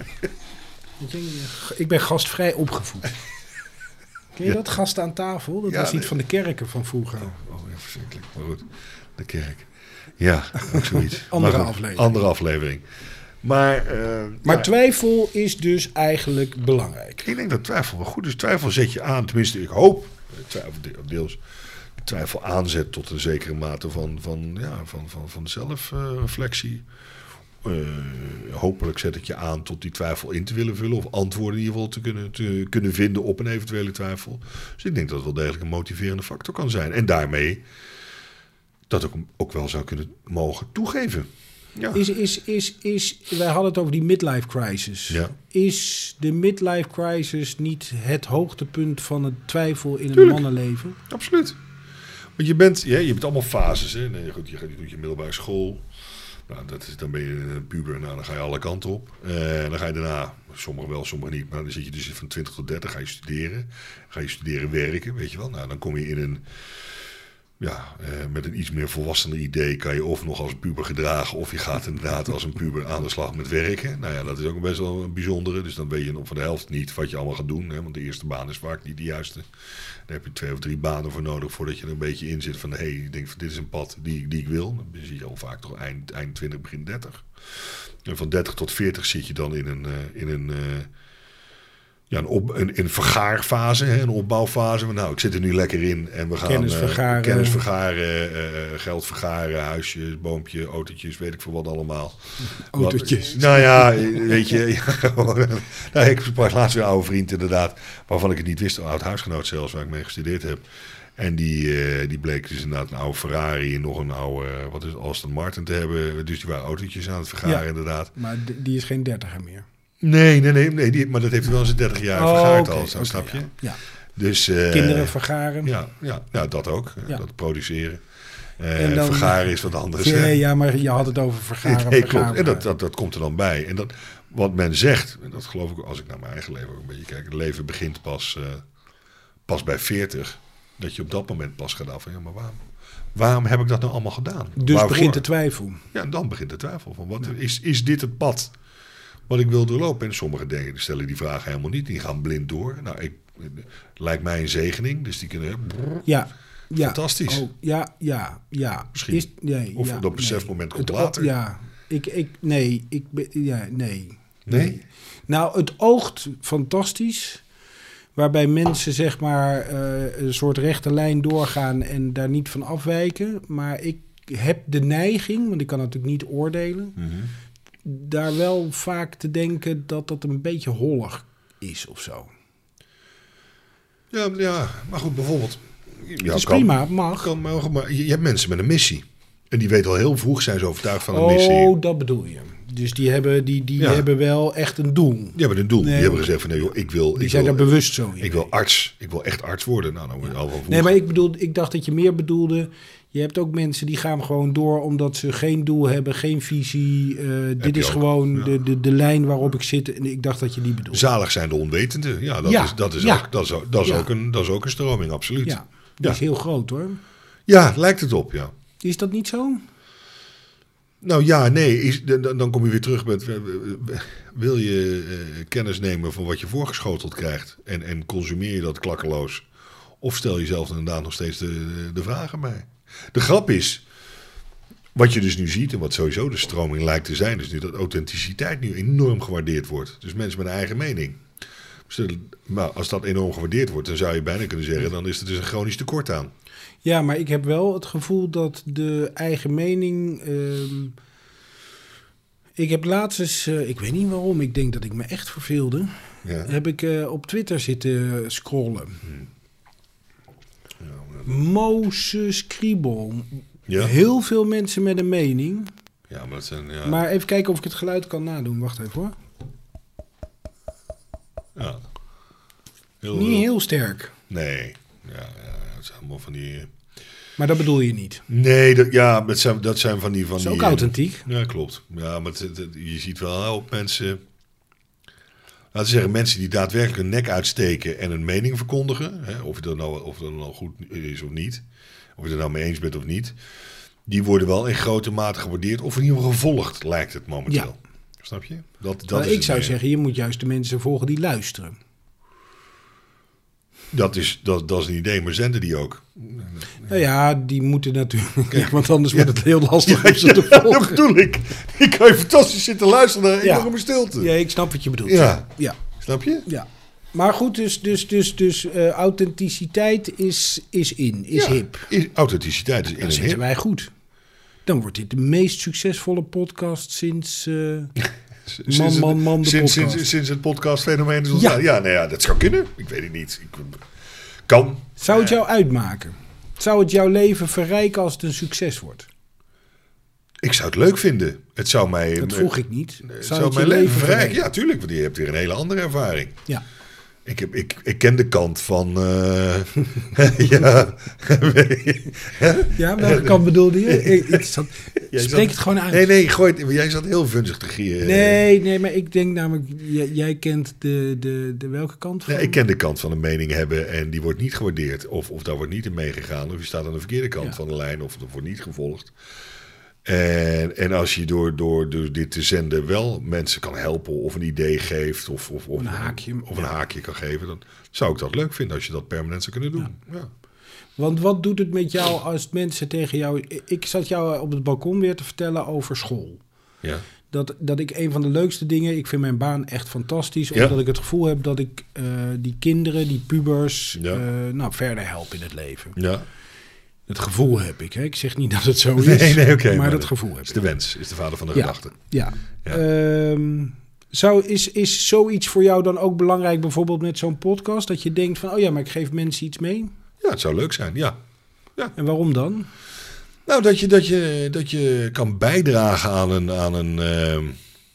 Ik ben gastvrij opgevoed. Ken je ja. dat? Gasten aan tafel? Dat ja, was iets nee. van de kerken van vroeger. Oh, oh ja, verschrikkelijk. Maar goed. De kerk. Ja, ook zoiets. andere maar, aflevering. Andere aflevering. Maar, uh, maar ja. twijfel is dus eigenlijk belangrijk. Ik denk dat twijfel wel goed is. Twijfel zet je aan, tenminste ik hoop, twijfel deels, twijfel aanzet tot een zekere mate van, van, ja, van, van, van zelfreflectie. Uh, hopelijk zet het je aan tot die twijfel in te willen vullen. Of antwoorden in ieder geval te kunnen, te kunnen vinden op een eventuele twijfel. Dus ik denk dat het wel degelijk een motiverende factor kan zijn. En daarmee dat ook, ook wel zou kunnen mogen toegeven. Ja. Is, is, is, is, wij hadden het over die midlife crisis. Ja. Is de midlife crisis niet het hoogtepunt van het twijfel in Tuurlijk. een mannenleven? Absoluut. Want je bent, ja, je hebt allemaal fases. Hè? Nee, goed, je, je doet je middelbare school. Nou, dat is, dan ben je een puber. Nou, dan ga je alle kanten op. Uh, dan ga je daarna, sommigen wel, sommigen niet. Maar dan zit je dus van twintig tot dertig, ga je studeren. Ga je studeren werken, weet je wel. Nou, dan kom je in een... Ja, eh, met een iets meer volwassener idee kan je of nog als puber gedragen... of je gaat inderdaad als een puber aan de slag met werken. Nou ja, dat is ook best wel een bijzondere. Dus dan weet je nog van de helft niet wat je allemaal gaat doen. Hè, want de eerste baan is vaak niet de juiste. Daar heb je twee of drie banen voor nodig... voordat je er een beetje in zit van... hé, hey, ik denk van dit is een pad die, die ik wil. Dan zie je al vaak toch eind, eind twintig, begin dertig. En van dertig tot veertig zit je dan in een... Uh, in een uh, Ja, een, op, een, een vergaarfase, hè, een opbouwfase. Nou, ik zit er nu lekker in en we gaan kennis vergaren, uh, kennis vergaren uh, geld vergaren, huisjes, boompje, autootjes, weet ik veel wat allemaal. Autootjes. Wat, nou ja, weet je. Ja, nou, ik sprak laatst weer een oude vriend inderdaad, waarvan ik het niet wist, een oud huisgenoot zelfs, waar ik mee gestudeerd heb. En die, uh, die bleek dus inderdaad een oude Ferrari en nog een oude, uh, wat is Aston Martin te hebben. Dus die waren autootjes aan het vergaren ja, inderdaad. Maar d- die is geen dertiger meer. Nee, nee, nee, nee die, maar dat heeft hij wel eens in dertig jaar oh, vergaard okay, al, zo, okay, snap je? Ja. ja. Dus, uh, kinderen vergaren. Ja, ja, ja dat ook. Ja. Dat produceren. Uh, en dan, vergaren is wat anders. Ja, ja, maar je had het over vergaren. Nee, vergaren. klopt. En dat, dat, dat komt er dan bij. En dat, wat men zegt, en dat geloof ik als ik naar mijn eigen leven ook een beetje kijk. Het leven begint pas, uh, pas bij veertig. Dat je op dat moment pas gaat af. Ja, maar waarom? Waarom heb ik dat nou allemaal gedaan? Dus Waarvoor? begint de twijfel. Ja, dan begint de twijfel. Van wat, ja. is, is dit het pad wat ik wil doorlopen? En sommige dingen stellen die vragen helemaal niet. Die gaan blind door. Nou, ik, lijkt mij een zegening. Dus die kunnen... Ja. Ja. Fantastisch. Oh, ja, ja, ja. Misschien. Is, nee, of ja, dat besefmoment nee. komt het, later. Ja. Ik, ik, nee. Ik, ja, nee. Nee? Nee. Nou, het oogt fantastisch. Waarbij mensen zeg maar uh, een soort rechte lijn doorgaan en daar niet van afwijken. Maar ik heb de neiging, want ik kan natuurlijk niet oordelen, Mm-hmm. daar wel vaak te denken dat dat een beetje hollig is of zo. Ja, ja maar goed, bijvoorbeeld... Ja, het is kan, prima, mag. Kan, maar, maar je, je hebt mensen met een missie. En die weten al heel vroeg, zijn ze overtuigd van een missie. Oh, dat bedoel je. Dus die hebben, die, die Ja. hebben wel echt een doel. Die hebben een doel. Nee, die hebben gezegd van, nee joh, ik wil... Die ik zijn wil, daar bewust zo in. Ik wil arts. Ik wil echt arts worden. Nou, dan word je al van vroeg. Nee, maar ik bedoel, ik dacht dat je meer bedoelde. Je hebt ook mensen die gaan gewoon door omdat ze geen doel hebben, geen visie. Uh, dit je is ook, gewoon ja. de, de, de lijn waarop ik zit. En ik dacht dat je die bedoelde. Zalig zijn de onwetenden. Ja, dat Ja, is, dat is, ja. ook, dat is, ook, dat is, Ja. ook, een, dat is ook een stroming, absoluut. Ja, die Ja. is heel groot hoor. Ja, lijkt het op, ja. Is dat niet zo? Nou ja, nee, is, dan, dan kom je weer terug met... Wil je uh, kennis nemen van wat je voorgeschoteld krijgt... En, en consumeer je dat klakkeloos? Of stel jezelf inderdaad nog steeds de, de vragen bij? De grap is... Wat je dus nu ziet en wat sowieso de stroming lijkt te zijn... is nu dat authenticiteit nu enorm gewaardeerd wordt. Dus mensen met een eigen mening. Maar als dat enorm gewaardeerd wordt... dan zou je bijna kunnen zeggen... dan is er dus een chronisch tekort aan. Ja, maar ik heb wel het gevoel dat de eigen mening... Uh, ik heb laatst eens, uh, ik weet niet waarom, ik denk dat ik me echt verveelde... Ja. heb ik uh, op Twitter zitten scrollen. Hmm. Ja, Moses Kriebel. Ja. Heel veel mensen met een mening. Ja, maar dat zijn... Ja. Maar even kijken of ik het geluid kan nadoen. Wacht even hoor. Ja. Heel, Niet heel sterk. Nee. Ja, ja, het zijn allemaal van die... Maar dat bedoel je niet. Nee, dat, ja, dat zijn, dat zijn van die... Van Dat is die, ook authentiek. Ja, klopt. Ja, maar het, het, het, je ziet wel op mensen... Laten we zeggen, mensen die daadwerkelijk hun nek uitsteken en een mening verkondigen. Hè, of, het nou, of dat nou goed is of niet. Of je het er nou mee eens bent of niet. Die worden wel in grote mate gewaardeerd. Of in ieder geval gevolgd, lijkt het momenteel. Ja. Snap je? Dat, dat Maar is ik het zou meer. zeggen, je moet juist de mensen volgen die luisteren. Dat is, dat, dat is een idee, maar zenden die ook? Nou ja, die moeten natuurlijk... Ja, want anders Ja. wordt het heel lastig Ja, om ze te ja, volgen. dat bedoel ik. Ik kan je fantastisch zitten luisteren naar Ja. enorme stilte. Ja, ik snap wat je bedoelt. Ja. Ja. Snap je? Ja. Maar goed, dus, dus, dus, dus uh, authenticiteit is, is in, is Ja, hip. is- authenticiteit is in Dan een zitten hip. wij goed. Dan wordt dit de meest succesvolle podcast sinds... uh, Sinds Man, het- man, man, de sinds, podcast. sinds, sinds het podcastfenomeen is Ja. ontstaan. Ja, nou ja, dat zou kunnen. Ik weet het niet. Ik, kan. Zou het jou uitmaken? Zou het jouw leven verrijken als het een succes wordt? Ik zou het leuk vinden. Het zou mij... Dat vroeg ik niet. Het Zou zou het je mijn leven leven verrijken. verrijken? Ja, tuurlijk. Want je hebt weer een hele andere ervaring. Ja. Ik, heb, ik, ik ken de kant van... eh, ja. Ja, welke kant bedoelde je? Ik, ik zat, Jij spreek zat- het gewoon uit. Nee, nee, gooi het, jij zat heel vunzig te gieren. Nee, nee, maar ik denk namelijk, jij, jij kent de, de, de welke kant van? Ja, ik ken de kant van een mening hebben en die wordt niet gewaardeerd. Of, of daar wordt niet in meegegaan. Of je staat aan de verkeerde kant Ja. van de lijn. Of dat wordt niet gevolgd. En, en als je door, door, door dit te zenden wel mensen kan helpen. Of een idee geeft. Of, of, of Een haakje. Of een haakje kan geven. Dan zou ik dat leuk vinden als je dat permanent zou kunnen doen. Ja. Want wat doet het met jou als mensen tegen jou... Ik zat jou op het balkon weer te vertellen over school. Ja. Dat, dat ik een van de leukste dingen... Ik vind mijn baan echt fantastisch. Ja. Omdat ik het gevoel heb dat ik uh, die kinderen, die pubers... Ja. Uh, nou, verder help in het leven. Ja. Het gevoel heb ik. Hè? Ik zeg niet dat het zo is. Nee, nee, oké. maar, maar dat dat gevoel heb is ik. de wens. Is de vader van de Ja. gedachte. Ja. Ja. Um, zou, is, is zoiets voor jou dan ook belangrijk, bijvoorbeeld met zo'n podcast? Dat je denkt van, oh ja, maar ik geef mensen iets mee. Ja, het zou leuk zijn. Ja. Ja. En waarom dan? Nou, dat je, dat je, dat je kan bijdragen aan een, aan een uh,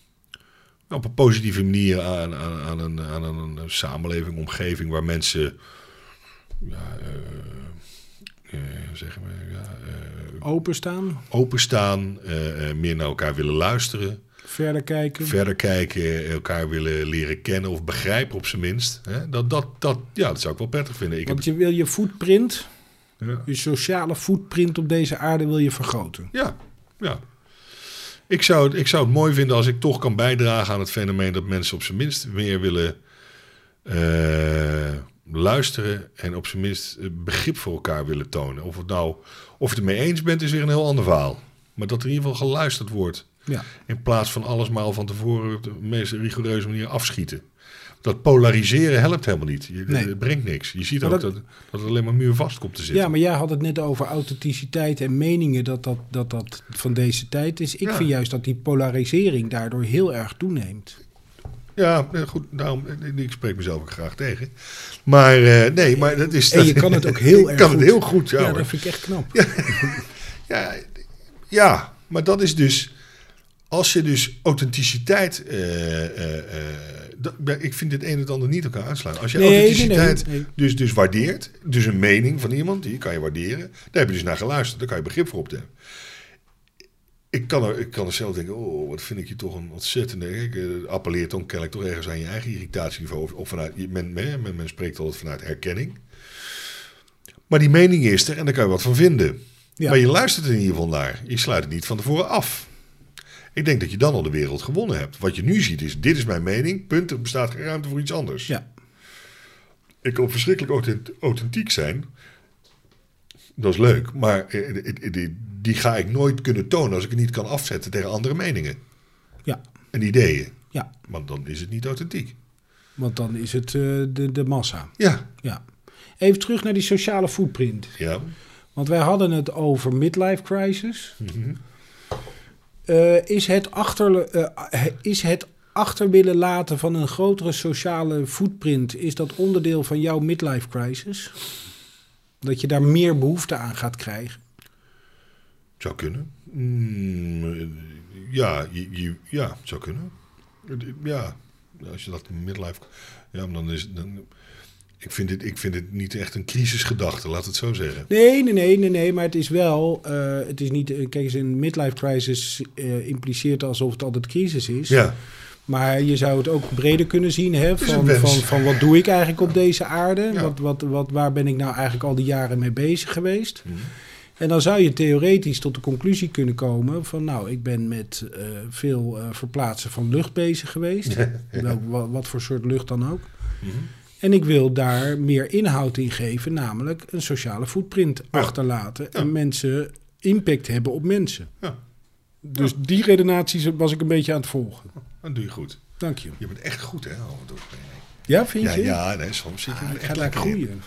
op een positieve manier aan, aan, aan, een, aan een samenleving, omgeving waar mensen, ja, uh, uh, zeggen we, ja, uh, Openstaan, openstaan, uh, uh, meer naar elkaar willen luisteren, verder kijken. verder kijken, elkaar willen leren kennen of begrijpen op zijn minst. Hè? Dat, dat, dat, ja, dat zou ik wel prettig vinden. Ik Want heb, je wil je footprint, ja. je sociale footprint op deze aarde wil je vergroten. Ja, ja. Ik zou, het, ik zou het mooi vinden als ik toch kan bijdragen aan het fenomeen dat mensen op zijn minst meer willen uh, luisteren en op zijn minst begrip voor elkaar willen tonen. Of het nou, of je het ermee eens bent, is weer een heel ander verhaal. Maar dat er in ieder geval geluisterd wordt. Ja. In plaats van alles maar al van tevoren op de meest rigoureuze manier afschieten. Dat polariseren helpt helemaal niet. Je, Nee. Het brengt niks. Je ziet Maar ook dat- dat, dat het alleen maar muurvast komt te zitten. Ja, maar jij had het net over authenticiteit en meningen, dat dat, dat, dat van deze tijd is. Ik Ja. vind juist dat die polarisering daardoor heel erg toeneemt. Ja, goed, daarom, ik spreek mezelf ook graag tegen. Maar uh, nee, maar dat is... En je kan het ook heel ik erg kan goed. het heel goed, ja, Ja, hoor. dat vind ik echt knap. Ja, ja, Ja, maar dat is dus... Als je dus authenticiteit... Uh, uh, uh, dat, ik vind dit een en het ander niet elkaar uitsluiten. Als je nee, authenticiteit nee, nee, nee. Dus, dus waardeert... Dus een mening van iemand, die kan je waarderen. Daar heb je dus naar geluisterd. Daar kan je begrip voor opnemen. Ik kan, er, ik kan er zelf denken... Oh, wat vind ik je toch een ontzettende... Ik uh, appelleert dan kennelijk toch ergens aan je eigen irritatieniveau. Of, of vanuit... Men, men, men, men spreekt altijd vanuit herkenning. Maar die mening is er en daar kan je wat van vinden. Ja. Maar je luistert er in ieder geval naar. Je sluit het niet van tevoren af. Ik denk dat je dan al de wereld gewonnen hebt. Wat je nu ziet is, dit is mijn mening, punt, er bestaat geen ruimte voor iets anders. Ja. Ik kan verschrikkelijk authentiek zijn. Dat is leuk, maar die ga ik nooit kunnen tonen als ik het niet kan afzetten tegen andere meningen. Ja. En ideeën. Ja. Want dan is het niet authentiek. Want dan is het uh, de, de massa. Ja. Ja. Even terug naar die sociale footprint. Ja. Want wij hadden het over midlife crisis. Mm-hmm. Uh, is, het achter, uh, is het achter willen laten van een grotere sociale footprint... is dat onderdeel van jouw midlife crisis? Dat je daar meer behoefte aan gaat krijgen? Zou kunnen. Mm, ja, je, je, ja, zou kunnen. Ja, als je dat midlife... Ja, maar dan is dan, ik, vind het, ik vind het niet echt een crisisgedachte, laat het zo zeggen. Nee, nee, nee, nee, nee maar het is wel... Uh, het is niet... Kijk eens, een midlife crisis uh, impliceert alsof het altijd crisis is. Ja. Maar je zou het ook breder kunnen zien, hè? Van, van, van wat doe ik eigenlijk op deze aarde? Ja. Wat, wat, wat, waar ben ik nou eigenlijk al die jaren mee bezig geweest? Mm. En dan zou je theoretisch tot de conclusie kunnen komen van... nou, ik ben met uh, veel uh, verplaatsen van lucht bezig geweest. Wel, wat, wat voor soort lucht dan ook. Mm-hmm. En ik wil daar meer inhoud in geven, namelijk een sociale footprint ja. achterlaten. Ja. En mensen impact hebben op mensen. Ja. Dus ja. die redenaties was ik een beetje aan het volgen. Dat doe je goed. Dank je. Je bent echt goed, hè? Oh, ja, vind ja, je? Ja, nee, soms zit je ah, er ik echt ga lekker groeien.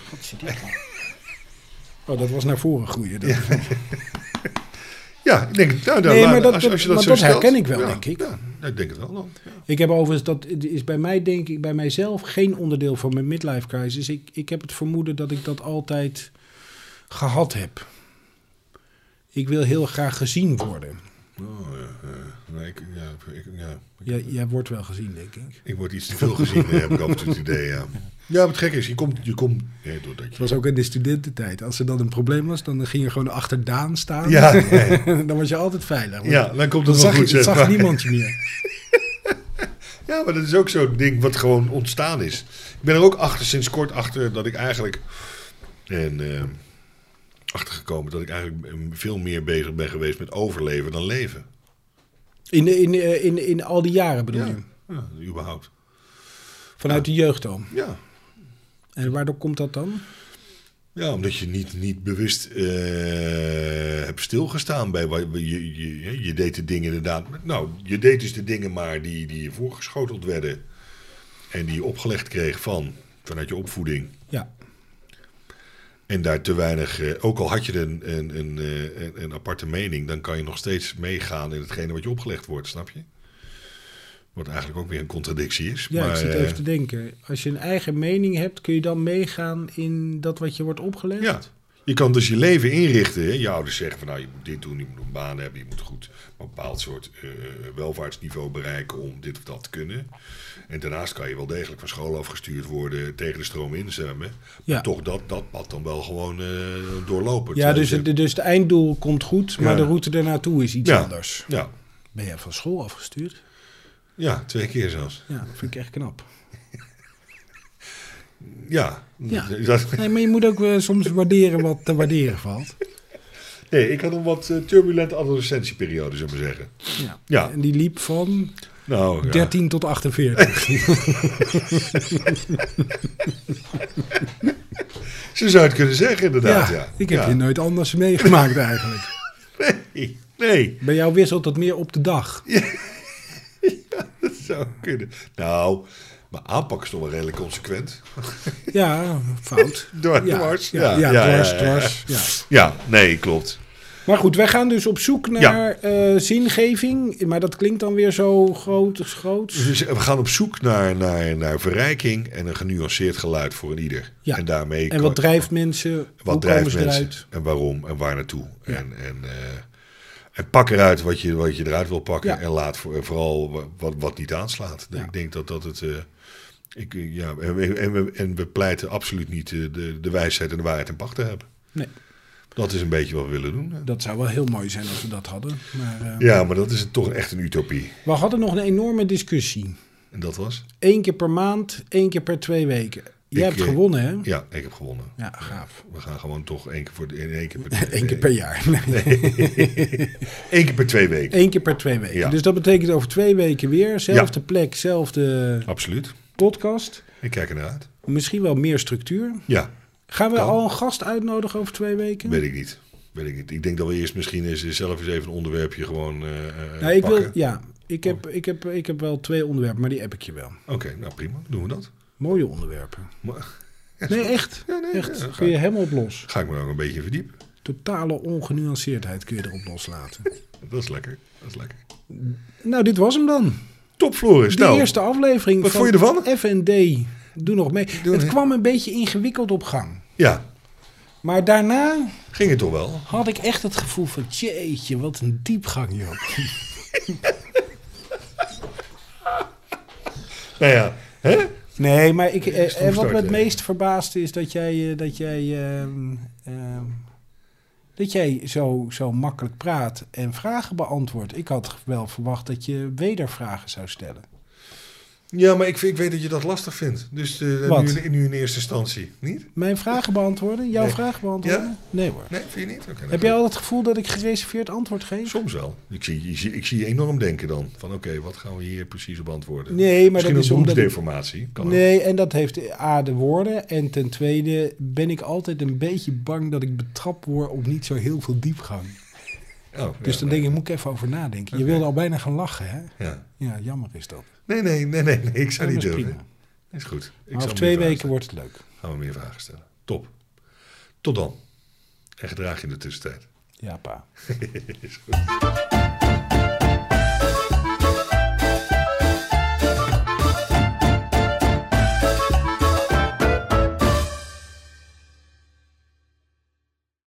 Oh, dat was naar voren groeien. Dat ja. ja, ik denk, nou, nou, nee, maar dat, als, als je dat maar zo dat stelt, herken ik wel, ja, denk ik. Ja, ik denk het wel dan. Ja. Ik heb overigens, dat is bij mij, denk ik, bij mijzelf geen onderdeel van mijn midlife crisis. Ik, ik heb het vermoeden dat ik dat altijd gehad heb. Ik wil heel graag gezien worden. Oh, ja, ja. Nee, ik, ja, ik, ja, ik, jij, jij wordt wel gezien, denk ik. Ik word iets te veel gezien, heb ik altijd het idee, ja. Ja, wat gek is, je komt... Je komt nee, doordat je... Het was ook in de studententijd. Als er dan een probleem was, dan ging je gewoon achterdaan staan. Ja, nee. Dan was je altijd veilig. Ja, dan komt het dan wel zag goed. Je, dan zag niemand je meer. Ja, maar dat is ook zo'n ding wat gewoon ontstaan is. Ik ben er ook achter, sinds kort achter, dat ik eigenlijk... En... Uh, achtergekomen dat ik eigenlijk veel meer bezig ben geweest met overleven dan leven. In, in, in, in al die jaren bedoel ja, je? Ja, überhaupt. Vanuit ja. de jeugd dan? Ja. En waardoor komt dat dan? Ja, omdat je niet, niet bewust uh, hebt stilgestaan bij wat je, je, je deed de dingen inderdaad. Nou, je deed dus de dingen maar die, die je voorgeschoteld werden en die je opgelegd kreeg van vanuit je opvoeding. Ja. En daar te weinig, uh, ook al had je een, een, een, een, een aparte mening, dan kan je nog steeds meegaan in hetgene wat je opgelegd wordt, snap je? Wat eigenlijk ook weer een contradictie is. Ja, maar, ik zit uh, even te denken. Als je een eigen mening hebt, kun je dan meegaan in dat wat je wordt opgelegd? Ja, je kan dus je leven inrichten. Hè? Je ouders zeggen van nou, je moet dit doen, je moet een baan hebben, je moet goed een bepaald soort uh, welvaartsniveau bereiken om dit of dat te kunnen. En daarnaast kan je wel degelijk van school afgestuurd worden, tegen de stroom inzwemmen. Ja. Maar toch dat, dat pad dan wel gewoon uh, doorlopen. Ja, dus, je... dus het einddoel komt goed, maar ja. de route ernaartoe is iets ja. anders. Ja. Ben jij van school afgestuurd? Ja, twee keer zelfs. Ja, dat vind ik echt knap. Ja. ja. Nee, maar je moet ook uh, soms waarderen wat te waarderen valt. Nee, ik had een wat uh, turbulente adolescentieperiode, zou ik maar zeggen. Ja. ja. En die liep van nou, ja. dertien tot achtenveertig. Zo zou je het kunnen zeggen, inderdaad. Ja, ja. Ik heb ja. je nooit anders meegemaakt eigenlijk. Nee, nee. Bij jou wisselt het meer op de dag. Ja. Ja, dat zou kunnen. Nou, mijn aanpak is toch wel redelijk consequent. Ja, fout. Door, ja, dwars. Ja, ja, ja, dwars, ja, ja, ja. dwars. Ja. ja, nee, klopt. Maar goed, wij gaan dus op zoek naar ja. uh, zingeving. Maar dat klinkt dan weer zo groot. groot. Dus we gaan op zoek naar, naar, naar verrijking en een genuanceerd geluid voor een ieder. Ja. En, daarmee en wat drijft mensen? Wat drijft mensen? En waarom en waar naartoe? Ja. En, en, uh, En pak eruit wat je, wat je eruit wil pakken. Ja. En laat voor, vooral wat, wat niet aanslaat. Ja. Ik denk dat dat het... Uh, ik, ja, en, we, en, we, en we pleiten absoluut niet uh, de, de wijsheid en de waarheid in pacht te hebben. Nee. Dat is een beetje wat we willen doen. Hè? Dat zou wel heel mooi zijn als we dat hadden. Maar, uh, ja, maar dat is toch echt een utopie. We hadden nog een enorme discussie. En dat was? Eén keer per maand, één keer per twee weken. Jij ik, hebt gewonnen, hè? Ja, ik heb gewonnen. Ja, gaaf. We gaan gewoon toch één keer, voor de, één keer per... Eén keer per jaar. Nee. Nee. Eén keer per twee weken. Eén keer per twee weken. Ja. Dus dat betekent over twee weken weer. Zelfde Ja. plek, zelfde Absoluut. podcast. Ik kijk ernaar uit. Misschien wel meer structuur. Ja, Gaan we Kan. al een gast uitnodigen over twee weken? weet ik niet. Weet ik niet. Ik denk dat we eerst misschien eens zelf eens even een onderwerpje gewoon uh, Nou, ik pakken. wil, ja, ik heb, ik, heb, ik heb wel twee onderwerpen, maar die heb ik je wel. Oké, okay, nou prima. Doen we dat. Mooie onderwerpen. Maar, Nee, echt. ja, nee, echt. ja, ga, Kun je helemaal op los. ga ik me nog een beetje verdiepen. Totale ongenuanceerdheid kun je erop loslaten. Dat is lekker. Dat is lekker. Nou, dit was hem dan. Top, Floris. De nou, eerste aflevering wat van vond je ervan? F en D. Doe nog mee. Doe het mee. kwam een beetje ingewikkeld op gang. Ja, Maar daarna ging het toch wel? had ik echt het gevoel van... Jeetje, wat een diepgang, joh. Nou ja, hè? Nee, maar ik, is eh, toch en wat me het start, meest verbaasde is dat jij, eh, dat jij, ehm, ehm, dat jij zo, zo makkelijk praat en vragen beantwoordt. Ik had wel verwacht dat je wedervragen zou stellen. Ja, maar ik, ik weet dat je dat lastig vindt. Dus uh, Wat? nu, nu in eerste instantie. Niet? Mijn vragen beantwoorden? Jouw Nee. vragen beantwoorden? Ja? Nee hoor. Nee, vind je niet? Okay, Heb jij al het gevoel dat ik gereserveerd antwoord geef? Soms wel. Ik zie, ik, zie, ik zie je enorm denken dan. Van oké, okay, wat gaan we hier precies op antwoorden? Nee, maar Misschien dat is ook omdat ik- beroepsdeformatie. Kan ook. Nee, en dat heeft A, de woorden. En ten tweede ben ik altijd een beetje bang dat ik betrapt word op niet zo heel veel diepgang. Oh, Dus ja, dan denk ik, moet ik even over nadenken. Je Oké. wilde al bijna gaan lachen, hè? Ja. Ja, jammer is dat. Nee, nee, nee, nee, nee, ik zou Ja, niet dat is durven. prima. Is goed. Ik Maar zal over twee meer vragen weken stellen. wordt het leuk. Gaan we meer vragen stellen. Top. Tot dan. En gedraag je in de tussentijd. Ja, pa. Is goed.